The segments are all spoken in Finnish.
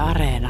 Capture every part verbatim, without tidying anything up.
Areena.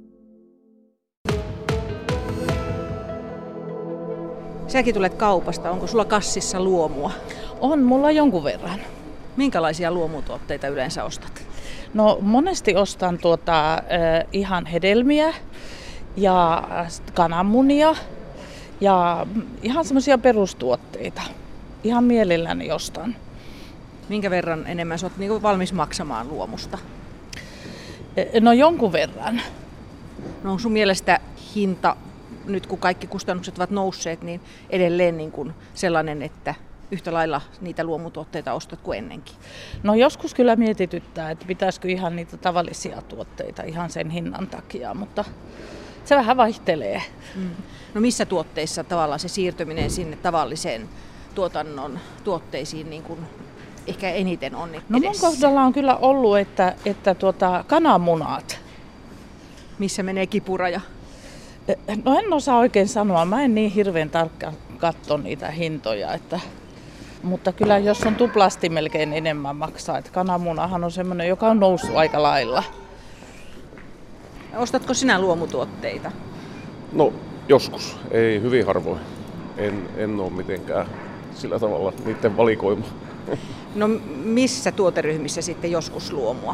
Säkin tulet kaupasta. Onko sulla kassissa luomua? On mulla jonkun verran. Minkälaisia luomutuotteita yleensä ostat? No monesti ostan tuota, äh, ihan hedelmiä ja kananmunia ja ihan semmoisia perustuotteita. Ihan mielelläni ostan. Minkä verran enemmän sä oot niinku valmis maksamaan luomusta? No jonkun verran. No on sun mielestä hinta, nyt kun kaikki kustannukset ovat nousseet, niin edelleen niin kuin sellainen, että yhtä lailla niitä luomutuotteita ostat kuin ennenkin? No joskus kyllä mietityttää, että pitäisikö ihan niitä tavallisia tuotteita ihan sen hinnan takia, mutta se vähän vaihtelee. Mm. No missä tuotteissa tavallaan se siirtyminen sinne tavalliseen tuotannon tuotteisiin niin kuin ehkä eniten on edessä? No mun kohdalla on kyllä ollut, että, että tuota, kananmunat. Missä menee kipuraja? No en osaa oikein sanoa. Mä en niin hirveän tarkkaan katso niitä hintoja. Että, mutta kyllä jos on tuplasti melkein enemmän maksaa. Että kananmunahan on semmoinen, joka on noussut aika lailla. Ostatko sinä luomutuotteita? No joskus. Ei hyvin harvoin. En, en ole mitenkään sillä tavalla niiden valikoima. No missä tuoteryhmissä sitten joskus luomua?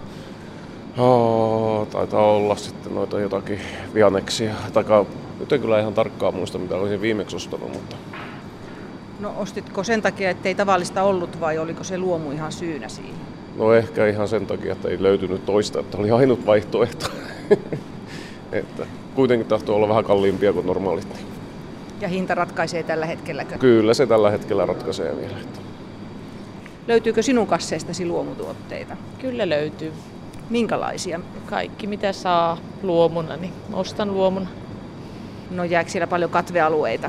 Oh, taitaa olla sitten noita jotakin vihanneksia. Taka, nyt en kyllä ihan tarkkaan muista, mitä olisin viimeksi ostanut. Mutta... No ostitko sen takia, ettei tavallista ollut vai oliko se luomu ihan syynä siihen? No ehkä ihan sen takia, että ei löytynyt toista, että oli ainut vaihtoehto. Että kuitenkin tahtoo olla vähän kalliimpia kuin normaalisti. Ja hinta ratkaisee tällä hetkelläkö? Kyllä se tällä hetkellä ratkaisee vielä. Löytyykö sinun kasseistasi luomutuotteita? Kyllä löytyy. Minkälaisia? Kaikki mitä saa luomuna, niin ostan luomuna. No jääkö siellä paljon katvealueita?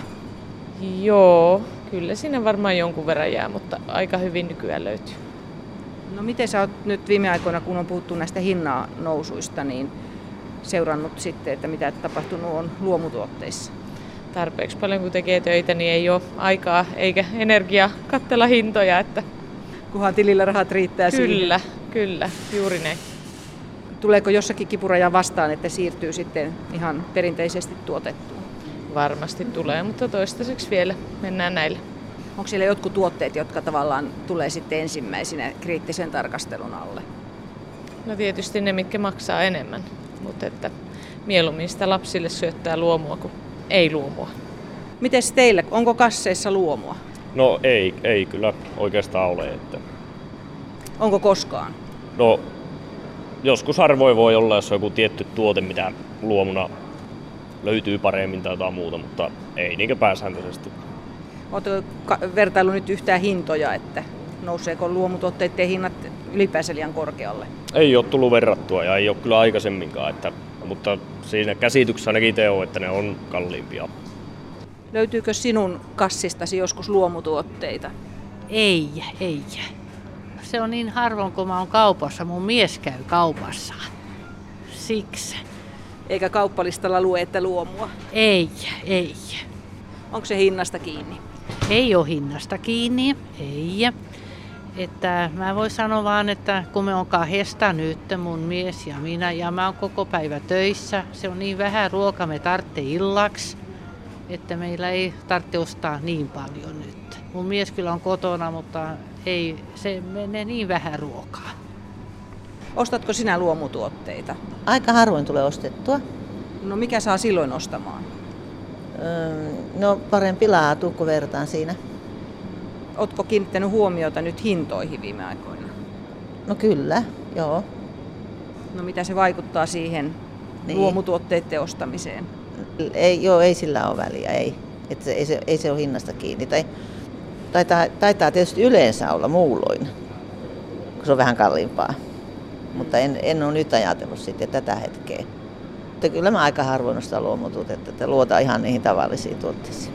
Joo, kyllä sinne varmaan jonkun verran jää, mutta aika hyvin nykyään löytyy. No miten sä oot nyt viime aikoina, kun on puhuttu näistä hinnan nousuista, niin seurannut sitten, että mitä tapahtunut on luomutuotteissa? Tarpeeksi paljon kun tekee töitä, niin ei ole aikaa eikä energiaa katsella hintoja. Että... Kunhan tilillä rahat riittää Kyllä, siihen. kyllä, juuri näin. Tuleeko jossakin kipuraja vastaan, että siirtyy sitten ihan perinteisesti tuotettuun? Varmasti tulee, mutta toistaiseksi vielä mennään näillä. Onko siellä jotkut tuotteet, jotka tavallaan tulee sitten ensimmäisenä kriittisen tarkastelun alle? No tietysti ne, mitkä maksaa enemmän, mutta että mieluummin sitä lapsille syöttää luomua kuin ei luomua. Mites teillä, onko kasseissa luomua? No ei, ei kyllä oikeastaan ole. Että... Onko koskaan? No joskus harvoin voi olla, jos on joku tietty tuote, mitä luomuna löytyy paremmin tai jotain muuta, mutta ei niinkö pääsääntöisesti. Oletko vertailu nyt yhtään hintoja, että nouseeko luomutuotteiden hinnat ylipäänsä liian korkealle? Ei ole tullut verrattua ja ei ole kyllä aikaisemminkaan, että, mutta siinä käsityksessä ainakin te on, että ne on kalliimpia. Löytyykö sinun kassistasi joskus luomutuotteita? Ei, ei. Se on niin harvoin, kun mä oon kaupassa. Mun mies käy kaupassa. Siksi. Eikä kauppalistalla lue, että luomua? Ei, ei. Onko se hinnasta kiinni? Ei ole hinnasta kiinni, ei. Että mä voin sanoa vaan, että kun me on kahdesta nyt, mun mies ja minä, ja mä oon koko päivä töissä, se on niin vähän ruokaa me tarvitsee illaksi, että meillä ei tarvitse ostaa niin paljon nyt. Mun mies kyllä on kotona, mutta ei, se menee niin vähän ruokaa. Ostatko sinä luomutuotteita? Aika harvoin tulee ostettua. No mikä saa silloin ostamaan? Öö, no parempi laatu, kun vertaan siinä. Ootko kiinnittänyt huomiota nyt hintoihin viime aikoina? No kyllä, joo. No mitä se vaikuttaa siihen niin. luomutuotteiden ostamiseen? Ei, joo, ei sillä ole väliä, ei. Että se, ei, se, ei se ole hinnasta kiinni. Tai, taitaa, taitaa tietysti yleensä olla muulloin, kun se on vähän kalliimpaa. Mutta en, en ole nyt ajatellut sitten tätä hetkeä. Mutta kyllä mä aika harvoin ostan luomutuotetta, että luotan ihan niihin tavallisiin tuotteisiin.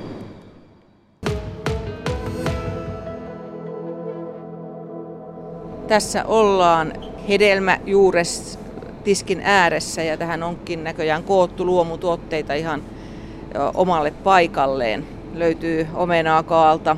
Tässä ollaan hedelmäjuures tiskin ääressä ja tähän onkin näköjään koottu luomutuotteita ihan omalle paikalleen. Löytyy omenakaalta,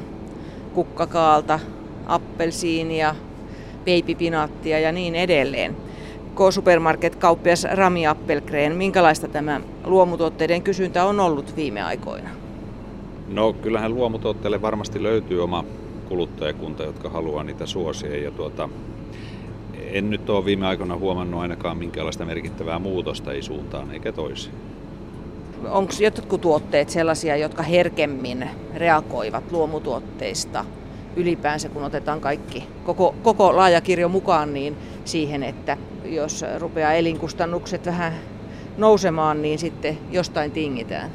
kukkakaalta, appelsiinia, peipipinaattia ja niin edelleen. K-supermarket-kauppias Rami Appelgren. Minkälaista tämä luomutuotteiden kysyntä on ollut viime aikoina? No kyllähän luomutuotteille varmasti löytyy oma kuluttajakunta, jotka haluaa niitä suosia. Ja tuota, en nyt ole viime aikoina huomannut ainakaan minkäänlaista merkittävää muutosta ei suuntaan eikä toiseen. Onko jotkut tuotteet sellaisia, jotka herkemmin reagoivat luomutuotteista ylipäänsä, kun otetaan kaikki, koko, koko laaja kirjo mukaan, niin siihen, että jos rupeaa elinkustannukset vähän nousemaan, niin sitten jostain tingitään?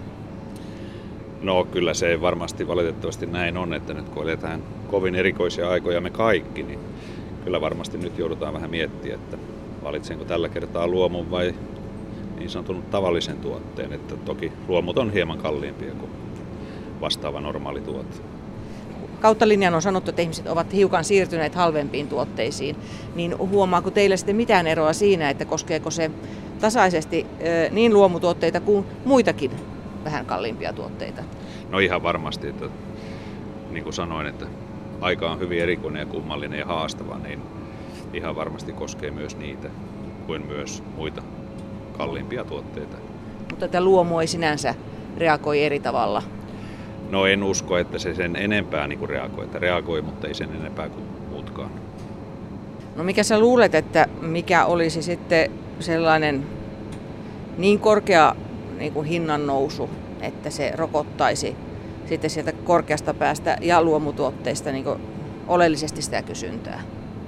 No kyllä se varmasti valitettavasti näin on, että nyt kun eletään kovin erikoisia aikoja me kaikki, niin kyllä varmasti nyt joudutaan vähän miettimään, että valitsenko tällä kertaa luomun vai niin sanotun tavallisen tuotteen, että toki luomut on hieman kalliimpia kuin vastaava normaali tuote. Kautta linjan on sanottu, että ihmiset ovat hiukan siirtyneet halvempiin tuotteisiin, niin huomaako teille sitten mitään eroa siinä, että koskeeko se tasaisesti niin luomutuotteita kuin muitakin vähän kalliimpia tuotteita? No ihan varmasti, että niin kuin sanoin, että aika on hyvin erikoinen ja kummallinen ja haastava, niin ihan varmasti koskee myös niitä kuin myös muita kalliimpia tuotteita. Mutta tämä luomu ei sinänsä reagoi eri tavalla? No en usko, että se sen enempää niin kuin reagoi. Että reagoi, mutta ei sen enempää kuin muutkaan. No mikä sä luulet, että mikä olisi sitten sellainen niin korkea niin kuin hinnan nousu, että se rokottaisi sitten sieltä korkeasta päästä ja luomutuotteista niin kuin oleellisesti sitä kysyntää?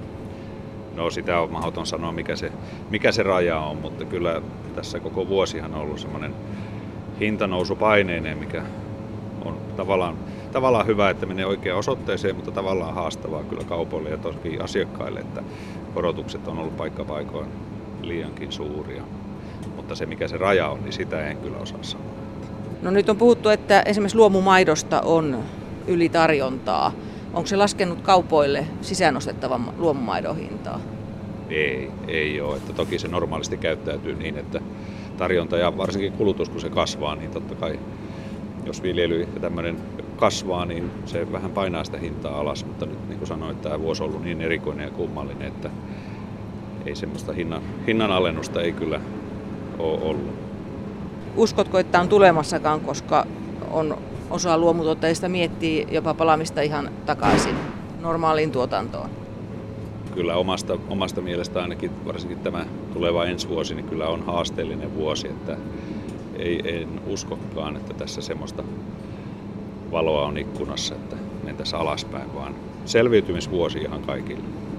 No sitä on mahdoton sanoa, mikä se, mikä se raja on, mutta kyllä tässä koko vuosihan on ollut semmoinen hintanousupaineineen, mikä on tavallaan, tavallaan hyvä, että menee oikeaan osoitteeseen, mutta tavallaan haastavaa kyllä kaupoille ja toki asiakkaille, että korotukset on ollut paikkapaikoin liiankin suuria. Mutta se mikä se raja on, niin sitä en kyllä osaa sanoa. No nyt on puhuttu, että esimerkiksi luomumaidosta on ylitarjontaa. Onko se laskenut kaupoille sisäänostettavan luomumaidon hintaa? Ei, ei ole. Että toki se normaalisti käyttäytyy niin, että tarjonta ja varsinkin kulutus, kun se kasvaa, niin totta kai jos viljely ja tämmöinen kasvaa, niin se vähän painaa sitä hintaa alas. Mutta nyt niin kuin sanoin, että tämä vuosi on ollut niin erikoinen ja kummallinen, että ei semmoista hinnan, hinnan alennusta ei kyllä ole ollut. Uskotko, että on tulemassakaan, koska on osa luomutuottajista miettii jopa palaamista ihan takaisin normaaliin tuotantoon? Kyllä omasta, omasta mielestä ainakin varsinkin tämä tuleva ensi vuosi niin kyllä on haasteellinen vuosi, että ei, en uskokaan, että tässä semmoista valoa on ikkunassa, että mentäisiin alaspäin, vaan selviytymisvuosi ihan kaikille.